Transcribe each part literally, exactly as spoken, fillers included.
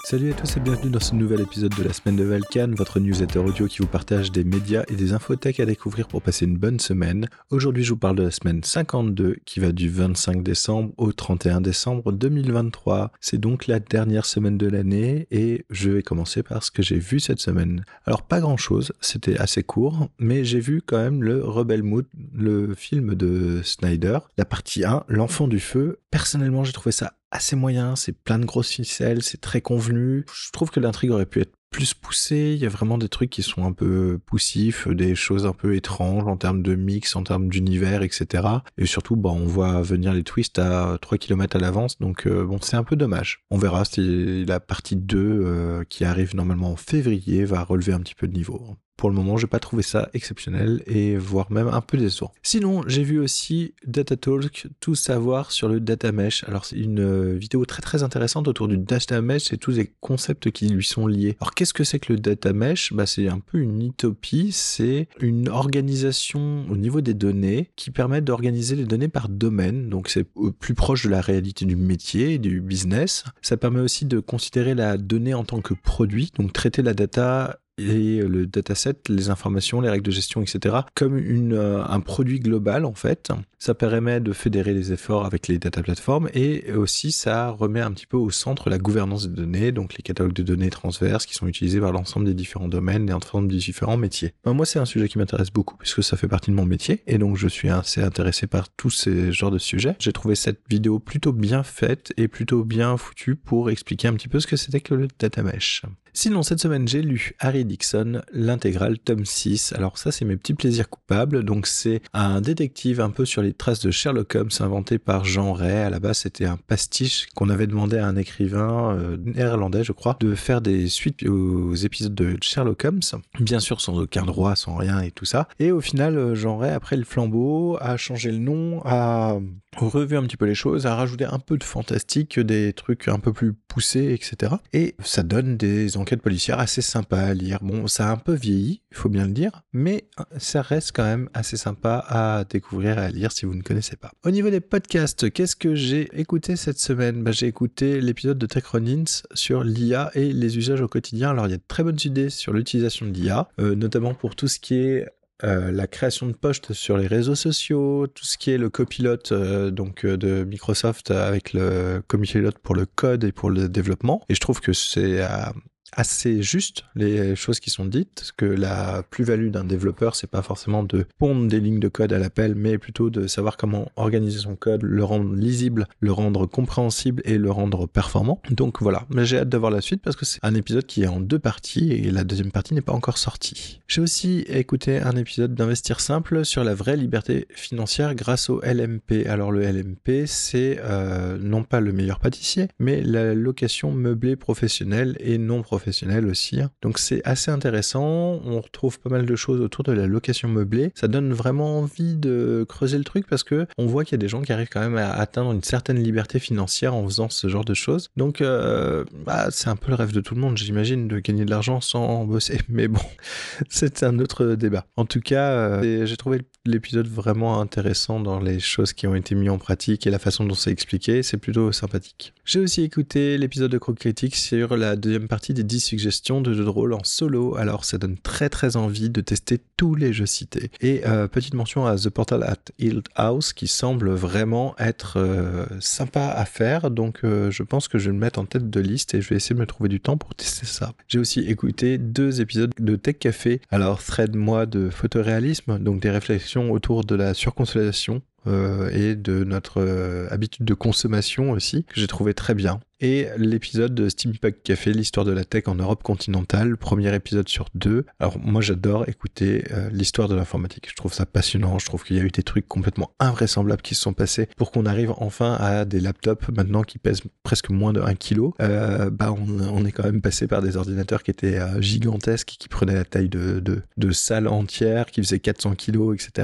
Salut à tous et bienvenue dans ce nouvel épisode de la semaine de Valkan, votre newsletter audio qui vous partage des médias et des infotech à découvrir pour passer une bonne semaine. Aujourd'hui, je vous parle de la semaine cinquante-deux qui va du vingt-cinq décembre au trente et un décembre deux mille vingt-trois. C'est donc la dernière semaine de l'année et je vais commencer par ce que j'ai vu cette semaine. Alors pas grand chose, c'était assez court, mais j'ai vu quand même le Rebel Moon, le film de Snyder, la partie un, L'Enfant du Feu. Personnellement, j'ai trouvé ça assez moyen, c'est plein de grosses ficelles, c'est très convenu. Je trouve que l'intrigue aurait pu être plus poussée, il y a vraiment des trucs qui sont un peu poussifs, des choses un peu étranges en termes de mix, en termes d'univers, et cetera. Et surtout, bah, on voit venir les twists à trois kilomètres à l'avance, donc euh, bon, c'est un peu dommage. On verra si la partie deux, euh, qui arrive normalement en février, va relever un petit peu de niveau. Pour le moment, j'ai pas trouvé ça exceptionnel et voire même un peu décevant. Sinon, j'ai vu aussi Data Talk, tout savoir sur le data mesh. Alors, c'est une vidéo très très intéressante autour du data mesh et tous les concepts qui lui sont liés. Alors, qu'est-ce que c'est que le data mesh ? Bah, c'est un peu une utopie, c'est une organisation au niveau des données qui permet d'organiser les données par domaine. Donc, c'est plus proche de la réalité du métier et du business. Ça permet aussi de considérer la donnée en tant que produit, donc traiter la data et le dataset, les informations, les règles de gestion, et cetera, comme une, euh, un produit global en fait. Ça permet de fédérer les efforts avec les data platforms et aussi ça remet un petit peu au centre la gouvernance des données, donc les catalogues de données transverses qui sont utilisés par l'ensemble des différents domaines et l'ensemble des différents métiers. Ben, moi, c'est un sujet qui m'intéresse beaucoup puisque ça fait partie de mon métier et donc je suis assez intéressé par tous ces genres de sujets. J'ai trouvé cette vidéo plutôt bien faite et plutôt bien foutue pour expliquer un petit peu ce que c'était que le data mesh. Sinon, cette semaine, j'ai lu Harry Dixon, l'intégrale, tome six. Alors ça, c'est mes petits plaisirs coupables. Donc c'est un détective un peu sur les traces de Sherlock Holmes inventé par Jean Ray. À la base, c'était un pastiche qu'on avait demandé à un écrivain euh, néerlandais, je crois, de faire des suites aux épisodes de Sherlock Holmes. Bien sûr, sans aucun droit, sans rien et tout ça. Et au final, Jean Ray, après le flambeau, a changé le nom, a revu un petit peu les choses, a rajouté un peu de fantastique, des trucs un peu plus poussés, et cetera. Et ça donne des enquêtes policières assez sympas à lire. Bon, ça a un peu vieilli, il faut bien le dire, mais ça reste quand même assez sympa à découvrir et à lire si vous ne connaissez pas. Au niveau des podcasts, qu'est-ce que j'ai écouté cette semaine ? Bah, j'ai écouté l'épisode de TechRunins sur l'I A et les usages au quotidien. Alors, il y a de très bonnes idées sur l'utilisation de l'I A, euh, notamment pour tout ce qui est Euh, la création de posts sur les réseaux sociaux, tout ce qui est le copilote euh, donc euh, de Microsoft avec le copilote pour le code et pour le développement. Et je trouve que c'est euh, assez juste les choses qui sont dites, que la plus-value d'un développeur, c'est pas forcément de pondre des lignes de code à l'appel, mais plutôt de savoir comment organiser son code, le rendre lisible, le rendre compréhensible et le rendre performant. Donc voilà, mais j'ai hâte de voir la suite parce que c'est un épisode qui est en deux parties et la deuxième partie n'est pas encore sortie. J'ai aussi écouté un épisode d'Investir Simple sur la vraie liberté financière grâce au L M P. Alors le L M P, c'est euh, non pas le meilleur pâtissier, mais la location meublée professionnelle et non professionnelle professionnel aussi. Donc c'est assez intéressant, on retrouve pas mal de choses autour de la location meublée. Ça donne vraiment envie de creuser le truc parce que on voit qu'il y a des gens qui arrivent quand même à atteindre une certaine liberté financière en faisant ce genre de choses. Donc euh, bah, c'est un peu le rêve de tout le monde, j'imagine, de gagner de l'argent sans bosser. Mais bon, c'est un autre débat. En tout cas, euh, j'ai trouvé l'épisode vraiment intéressant dans les choses qui ont été mises en pratique et la façon dont c'est expliqué, c'est plutôt sympathique. J'ai aussi écouté l'épisode de Croc Critique sur la deuxième partie des dix suggestions de jeux de rôle en solo. Alors ça donne très très envie de tester tous les jeux cités. Et euh, petite mention à The Portal at Hill House qui semble vraiment être euh, sympa à faire. Donc euh, je pense que je vais le mettre en tête de liste et je vais essayer de me trouver du temps pour tester ça. J'ai aussi écouté deux épisodes de Tech Café. Alors thread moi de photoréalisme, donc des réflexions autour de la surconsommation. Euh, et de notre euh, habitude de consommation aussi, que j'ai trouvé très bien. Et l'épisode de Steampunk Café, l'histoire de la tech en Europe continentale, premier épisode sur deux. Alors moi j'adore écouter euh, l'histoire de l'informatique, je trouve ça passionnant, je trouve qu'il y a eu des trucs complètement invraisemblables qui se sont passés pour qu'on arrive enfin à des laptops maintenant qui pèsent presque moins de un kilo. Euh, bah on, on est quand même passé par des ordinateurs qui étaient euh, gigantesques, qui prenaient la taille de, de, de salles entières, qui faisaient quatre cents kilos, et cetera.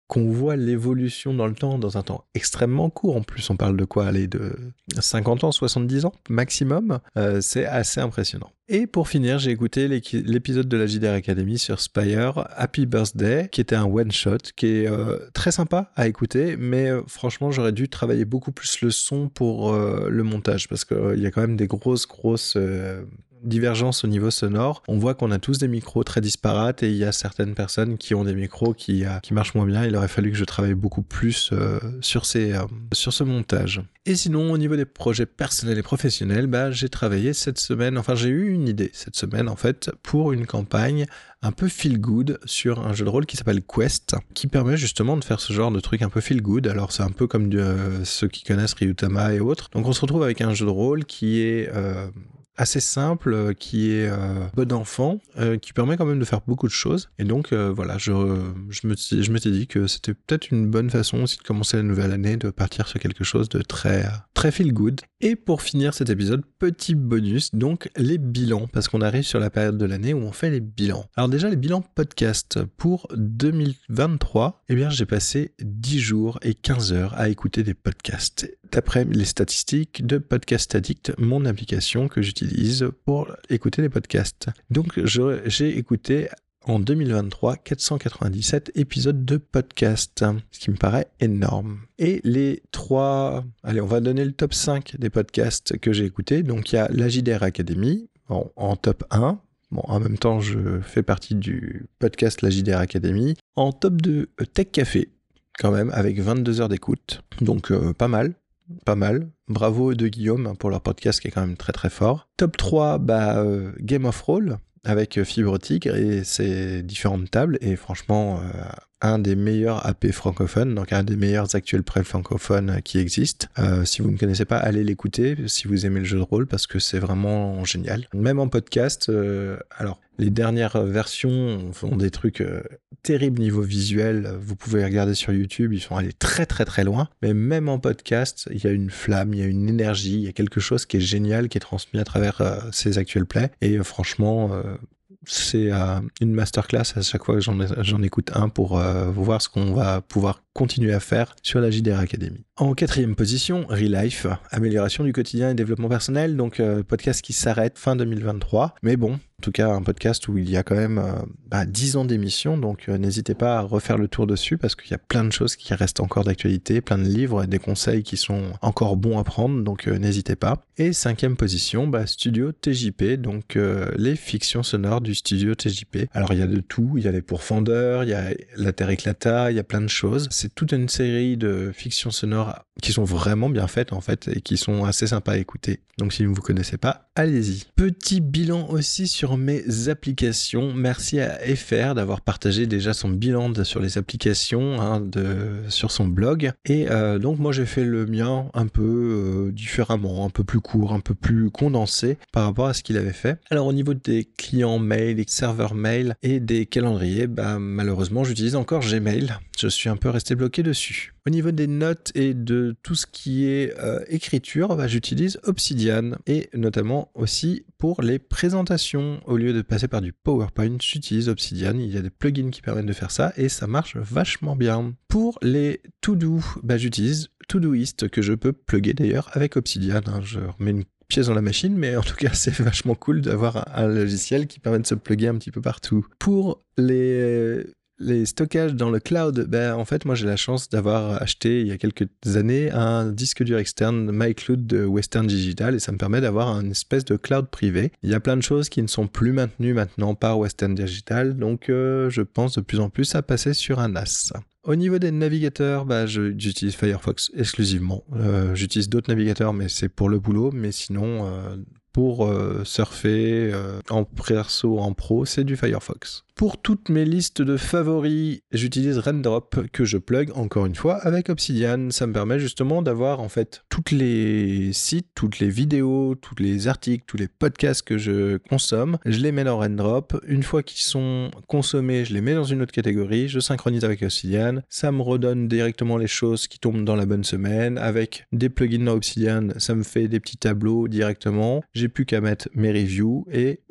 qu'on voit l'évolution dans le temps, dans un temps extrêmement court. En plus, on parle de quoi? Aller de cinquante ans, soixante-dix ans maximum. Euh, c'est assez impressionnant. Et pour finir, j'ai écouté l'épisode de la J D R Academy sur Spire, Happy Birthday, qui était un one-shot, qui est euh, très sympa à écouter, mais euh, franchement, j'aurais dû travailler beaucoup plus le son pour euh, le montage, parce qu'il euh, y a quand même des grosses, grosses... Euh, divergence au niveau sonore. On voit qu'on a tous des micros très disparates et il y a certaines personnes qui ont des micros qui, euh, qui marchent moins bien. Il aurait fallu que je travaille beaucoup plus euh, sur, ces, euh, sur ce montage. Et sinon, au niveau des projets personnels et professionnels, bah, j'ai travaillé cette semaine, enfin j'ai eu une idée cette semaine en fait, pour une campagne un peu feel good sur un jeu de rôle qui s'appelle Quest, qui permet justement de faire ce genre de truc un peu feel good. Alors c'est un peu comme de, euh, ceux qui connaissent Ryutama et autres. Donc on se retrouve avec un jeu de rôle qui est... Euh, assez simple, qui est euh, bon enfant, euh, qui permet quand même de faire beaucoup de choses. Et donc euh, voilà, je, je, me, je m'étais dit que c'était peut-être une bonne façon aussi de commencer la nouvelle année, de partir sur quelque chose de très, très feel good. Et pour finir cet épisode, petit bonus, donc les bilans, parce qu'on arrive sur la période de l'année où on fait les bilans. Alors déjà, les bilans podcast pour deux mille vingt-trois, eh bien j'ai passé dix jours et quinze heures à écouter des podcasts. D'après les statistiques de Podcast Addict, mon application que j'utilise pour écouter des podcasts. Donc je, j'ai écouté en deux mille vingt-trois quatre cent quatre-vingt-dix-sept épisodes de podcast, ce qui me paraît énorme. Et les trois... Allez, on va donner le top cinq des podcasts que j'ai écoutés. Donc il y a la J D R Academy bon, en top un. Bon, en même temps, je fais partie du podcast La J D R Academy. En top deux, Tech Café, quand même, avec vingt-deux heures d'écoute. Donc euh, pas mal. Pas mal. Bravo de Guillaume pour leur podcast qui est quand même très très fort. Top trois, bah, euh, Game of Roll avec Fibre Tigre et ses différentes tables. Et franchement, euh, un des meilleurs A P francophones, donc un des meilleurs actuels prêts francophones qui existent. Euh, si vous ne connaissez pas, allez l'écouter si vous aimez le jeu de rôle parce que c'est vraiment génial. Même en podcast, euh, alors les dernières versions font des trucs euh, terribles niveau visuel. Vous pouvez regarder sur YouTube, ils sont allés très très très loin. Mais même en podcast, il y a une flamme, il y a une énergie, il y a quelque chose qui est génial, qui est transmis à travers euh, ces actuels plays. Et euh, franchement... Euh, c'est euh, une masterclass à chaque fois que j'en, j'en écoute un pour euh, voir ce qu'on va pouvoir continuer à faire sur la J D R Academy. En quatrième position, Relife, amélioration du quotidien et développement personnel, donc euh, podcast qui s'arrête fin deux mille vingt-trois, mais bon, en tout cas un podcast où il y a quand même euh, bah, dix ans d'émission, donc euh, n'hésitez pas à refaire le tour dessus parce qu'il y a plein de choses qui restent encore d'actualité, plein de livres et des conseils qui sont encore bons à prendre, donc euh, n'hésitez pas. Et cinquième position, bah, Studio T J P, donc euh, les fictions sonores du Studio T J P. Alors il y a de tout, il y a les pourfendeurs, il y a La Terre éclata, il y a plein de choses. C'est toute une série de fictions sonores qui sont vraiment bien faites en fait et qui sont assez sympas à écouter. Donc si vous ne vous connaissez pas, allez-y. Petit bilan aussi sur mes applications. Merci à F R d'avoir partagé déjà son bilan de, sur les applications hein, de, sur son blog. Et euh, donc moi j'ai fait le mien un peu euh, différemment, un peu plus court, un peu plus condensé par rapport à ce qu'il avait fait. Alors au niveau des clients mail, des serveurs mail et des calendriers, bah, malheureusement j'utilise encore Gmail. Je suis un peu resté bloqué dessus. Au niveau des notes et de tout ce qui est euh, écriture, bah, j'utilise Obsidian et notamment aussi pour les présentations. Au lieu de passer par du PowerPoint, j'utilise Obsidian. Il y a des plugins qui permettent de faire ça et ça marche vachement bien. Pour les to-do, bah, j'utilise Todoist que je peux plugger d'ailleurs avec Obsidian. Hein. Je remets une pièce dans la machine, mais en tout cas c'est vachement cool d'avoir un logiciel qui permet de se plugger un petit peu partout. Pour les... Les stockages dans le cloud, ben en fait moi j'ai la chance d'avoir acheté il y a quelques années un disque dur externe MyCloud de Western Digital et ça me permet d'avoir un espèce de cloud privé. Il y a plein de choses qui ne sont plus maintenues maintenant par Western Digital, donc euh, je pense de plus en plus à passer sur un N A S. Au niveau des navigateurs, bah, je, j'utilise Firefox exclusivement. Euh, j'utilise d'autres navigateurs, mais c'est pour le boulot. Mais sinon, euh, pour euh, surfer euh, en perso, en pro, c'est du Firefox. Pour toutes mes listes de favoris, j'utilise Raindrop que je plug encore une fois avec Obsidian. Ça me permet justement d'avoir en fait tous les sites, toutes les vidéos, tous les articles, tous les podcasts que je consomme. Je les mets dans Raindrop. Une fois qu'ils sont consommés, je les mets dans une autre catégorie. Je synchronise avec Obsidian. Ça me redonne directement les choses qui tombent dans la bonne semaine. Avec des plugins dans Obsidian, ça me fait des petits tableaux directement. J'ai plus qu'à mettre mes reviews et pouf,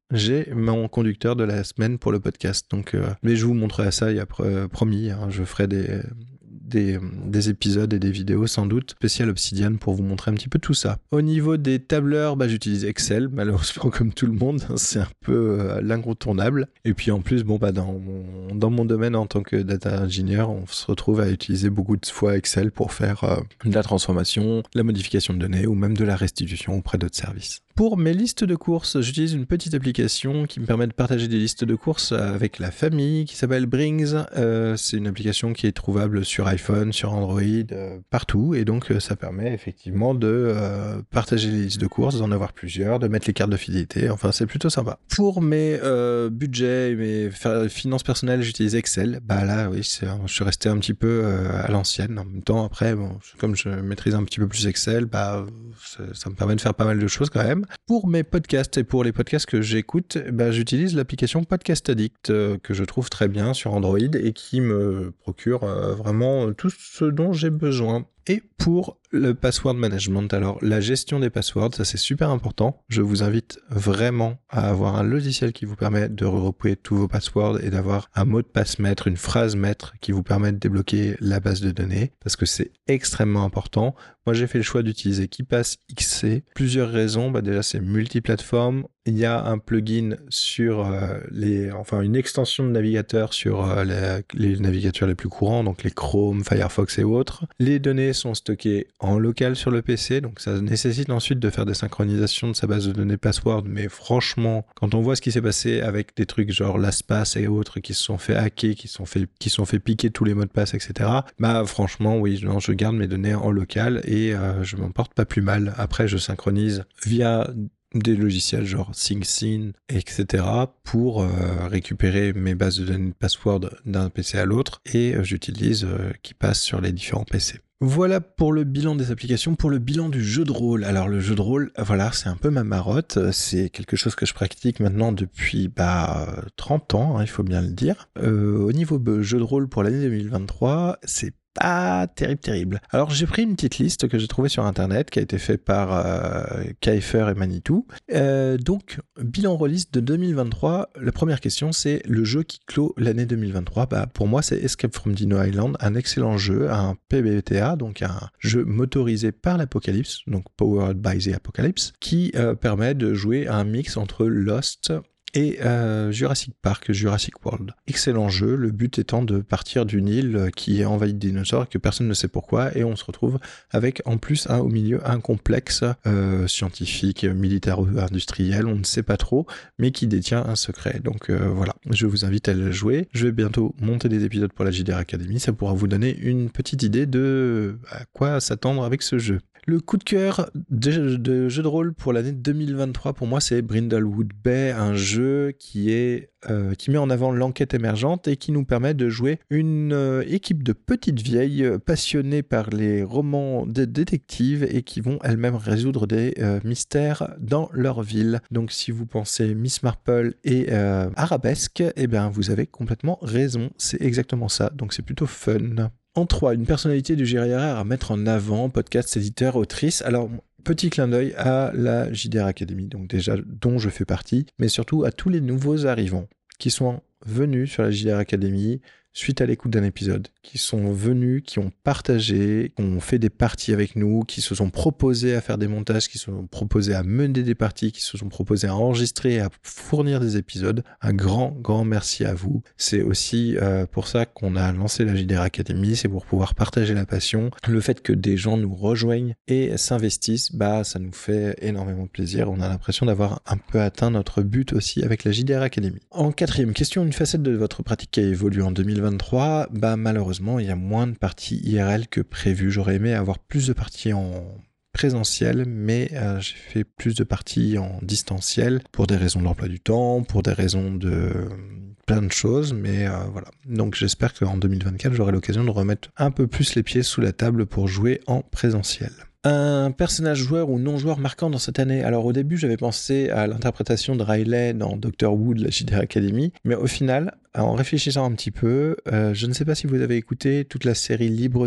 j'ai mon conducteur de la semaine pour le podcast. Donc, euh, mais je vous montrerai ça, il y a euh, promis, hein, je ferai des... Des, des épisodes et des vidéos sans doute spéciales Obsidian pour vous montrer un petit peu tout ça. Au niveau des tableurs, bah, j'utilise Excel, malheureusement comme tout le monde, c'est un peu euh, l'incontournable. Et puis en plus, bon, bah, dans, mon, dans mon domaine en tant que data engineer, on se retrouve à utiliser beaucoup de fois Excel pour faire euh, de la transformation, la modification de données ou même de la restitution auprès d'autres services. Pour mes listes de courses, j'utilise une petite application qui me permet de partager des listes de courses avec la famille qui s'appelle Brings. Euh, c'est une application qui est trouvable sur iPhone, sur Android, euh, partout. Et donc, euh, ça permet effectivement de euh, partager les listes de courses, d'en avoir plusieurs, de mettre les cartes de fidélité. Enfin, c'est plutôt sympa. Pour mes euh, budgets et mes finances personnelles, j'utilise Excel. Bah là, oui, c'est, je suis resté un petit peu euh, à l'ancienne. En même temps, après, bon, comme je maîtrise un petit peu plus Excel, bah, ça, ça me permet de faire pas mal de choses quand même. Pour mes podcasts et pour les podcasts que j'écoute, bah, j'utilise l'application Podcast Addict euh, que je trouve très bien sur Android et qui me procure euh, vraiment tout ce dont j'ai besoin. Et pour le password management, alors la gestion des passwords, ça c'est super important. Je vous invite vraiment à avoir un logiciel qui vous permet de regrouper tous vos passwords et d'avoir un mot de passe maître, une phrase maître qui vous permet de débloquer la base de données parce que c'est extrêmement important. Moi j'ai fait le choix d'utiliser KeePass X C. Plusieurs raisons, bah déjà c'est multiplateforme. Il y a un plugin sur euh, les, enfin une extension de navigateur sur euh, les, les navigateurs les plus courants, donc les Chrome, Firefox et autres. Les données sont stockées en local sur le P C, donc ça nécessite ensuite de faire des synchronisations de sa base de données password, mais franchement, quand on voit ce qui s'est passé avec des trucs genre LastPass et autres qui se sont fait hacker, qui se sont fait, qui se sont fait piquer tous les mots de passe, et cetera, bah franchement, oui, non, je garde mes données en local et euh, je m'en porte pas plus mal. Après, je synchronise via des logiciels genre SyncSyn, et cetera pour euh, récupérer mes bases de données de password d'un P C à l'autre et euh, j'utilise euh, qui passe sur les différents P C. Voilà pour le bilan des applications. Pour le bilan du jeu de rôle, alors le jeu de rôle, voilà, c'est un peu ma marotte, c'est quelque chose que je pratique maintenant depuis bah, trente ans, hein, il faut bien le dire. Euh, au niveau jeu de rôle pour l'année deux mille vingt-trois, c'est pas terrible, terrible. Alors j'ai pris une petite liste que j'ai trouvée sur internet, qui a été faite par euh, Kaifer et Manitou. Euh, donc, bilan release de deux mille vingt-trois, la première question c'est le jeu qui clôt l'année deux mille vingt-trois. Bah, pour moi c'est Escape from Dino Island, un excellent jeu, un P B T A, donc un jeu motorisé par l'Apocalypse, donc Powered by the Apocalypse, qui euh, permet de jouer un mix entre Lost et euh, Jurassic Park, Jurassic World. Excellent jeu, le but étant de partir d'une île qui est envahie de dinosaures et que personne ne sait pourquoi, et on se retrouve avec en plus un, au milieu un complexe euh, scientifique, militaire ou industriel, on ne sait pas trop, mais qui détient un secret. Donc euh, voilà, je vous invite à le jouer. Je vais bientôt monter des épisodes pour la J D R Academy, ça pourra vous donner une petite idée de à quoi s'attendre avec ce jeu. Le coup de cœur de, de jeu de rôle pour l'année deux mille vingt-trois, pour moi, c'est Brindlewood Bay, un jeu qui est euh, qui met en avant l'enquête émergente et qui nous permet de jouer une euh, équipe de petites vieilles passionnées par les romans de détectives et qui vont elles-mêmes résoudre des euh, mystères dans leur ville. Donc, si vous pensez Miss Marple et euh, Arabesque, eh bien, vous avez complètement raison. C'est exactement ça. Donc, c'est plutôt fun. En trois, une personnalité du G R R à mettre en avant, podcast, éditeur, autrice. Alors, petit clin d'œil à la J D R Academy, donc déjà dont je fais partie, mais surtout à tous les nouveaux arrivants qui sont venus sur la J D R Academy suite à l'écoute d'un épisode, qui sont venus, qui ont partagé, qui ont fait des parties avec nous, qui se sont proposés à faire des montages, qui se sont proposés à mener des parties, qui se sont proposés à enregistrer et à fournir des épisodes. Un grand, grand merci à vous. C'est aussi euh, pour ça qu'on a lancé la J D R Academy, c'est pour pouvoir partager la passion. Le fait que des gens nous rejoignent et s'investissent, bah ça nous fait énormément plaisir. On a l'impression d'avoir un peu atteint notre but aussi avec la J D R Academy. En quatrième question, une facette de votre pratique qui a évolué en deux mille vingt-trois, bah malheureusement il y a moins de parties I R L que prévu. J'aurais aimé avoir plus de parties en présentiel, mais euh, j'ai fait plus de parties en distanciel pour des raisons d'emploi du temps, pour des raisons de plein de choses, mais euh, voilà. Donc j'espère qu'en deux mille vingt-quatre j'aurai l'occasion de remettre un peu plus les pieds sous la table pour jouer en présentiel. Un personnage joueur ou non-joueur marquant dans cette année. Alors au début, j'avais pensé à l'interprétation de Riley dans Doctor Who de la J D R Academy, mais au final, en réfléchissant un petit peu, euh, je ne sais pas si vous avez écouté toute la série Libreté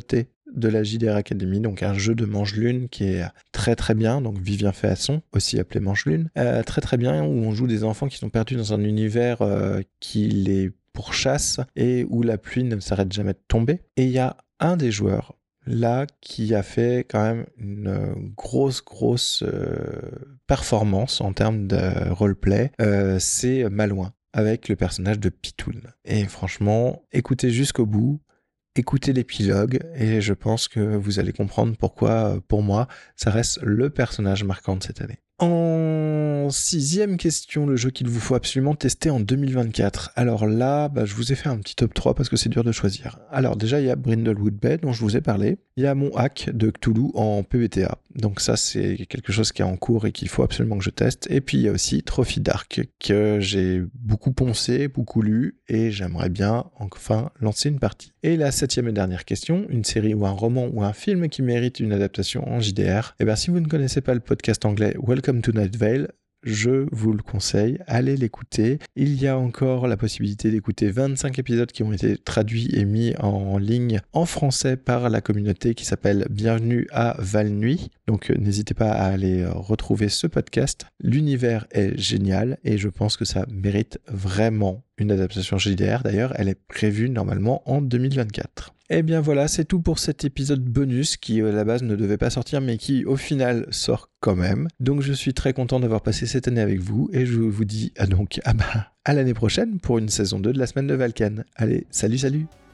de la J D R Academy, donc un jeu de Mange-Lune qui est très très bien, donc Vivien Féasson, aussi appelé Mange-Lune, euh, très très bien, où on joue des enfants qui sont perdus dans un univers euh, qui les pourchasse et où la pluie ne s'arrête jamais de tomber. Et il y a un des joueurs là qui a fait quand même une grosse grosse euh, performance en termes de roleplay, euh, c'est Malouin avec le personnage de Pitoun. Et franchement, écoutez jusqu'au bout, écoutez l'épilogue et je pense que vous allez comprendre pourquoi, pour moi, ça reste le personnage marquant de cette année. En sixième question, le jeu qu'il vous faut absolument tester en deux mille vingt-quatre. Alors là, bah, je vous ai fait un petit top trois parce que c'est dur de choisir. Alors déjà, il y a Brindlewood Bay dont je vous ai parlé. Il y a mon hack de Cthulhu en P B T A. Donc ça, c'est quelque chose qui est en cours et qu'il faut absolument que je teste. Et puis il y a aussi Trophy Dark que j'ai beaucoup poncé, beaucoup lu et j'aimerais bien enfin lancer une partie. Et la septième et dernière question, une série ou un roman ou un film qui mérite une adaptation en J D R. Et bien si vous ne connaissez pas le podcast anglais Welcome to Night Vale, je vous le conseille, allez l'écouter. Il y a encore la possibilité d'écouter vingt-cinq épisodes qui ont été traduits et mis en ligne en français par la communauté qui s'appelle Bienvenue à Val-Nuit. Donc n'hésitez pas à aller retrouver ce podcast. L'univers est génial et je pense que ça mérite vraiment une adaptation J D R. D'ailleurs, elle est prévue normalement en deux mille vingt-quatre. Et bien voilà, c'est tout pour cet épisode bonus qui à la base ne devait pas sortir mais qui au final sort quand même. Donc je suis très content d'avoir passé cette année avec vous et je vous dis à donc ah bah, à l'année prochaine pour une saison deux de la semaine de Valkan. Allez, salut salut.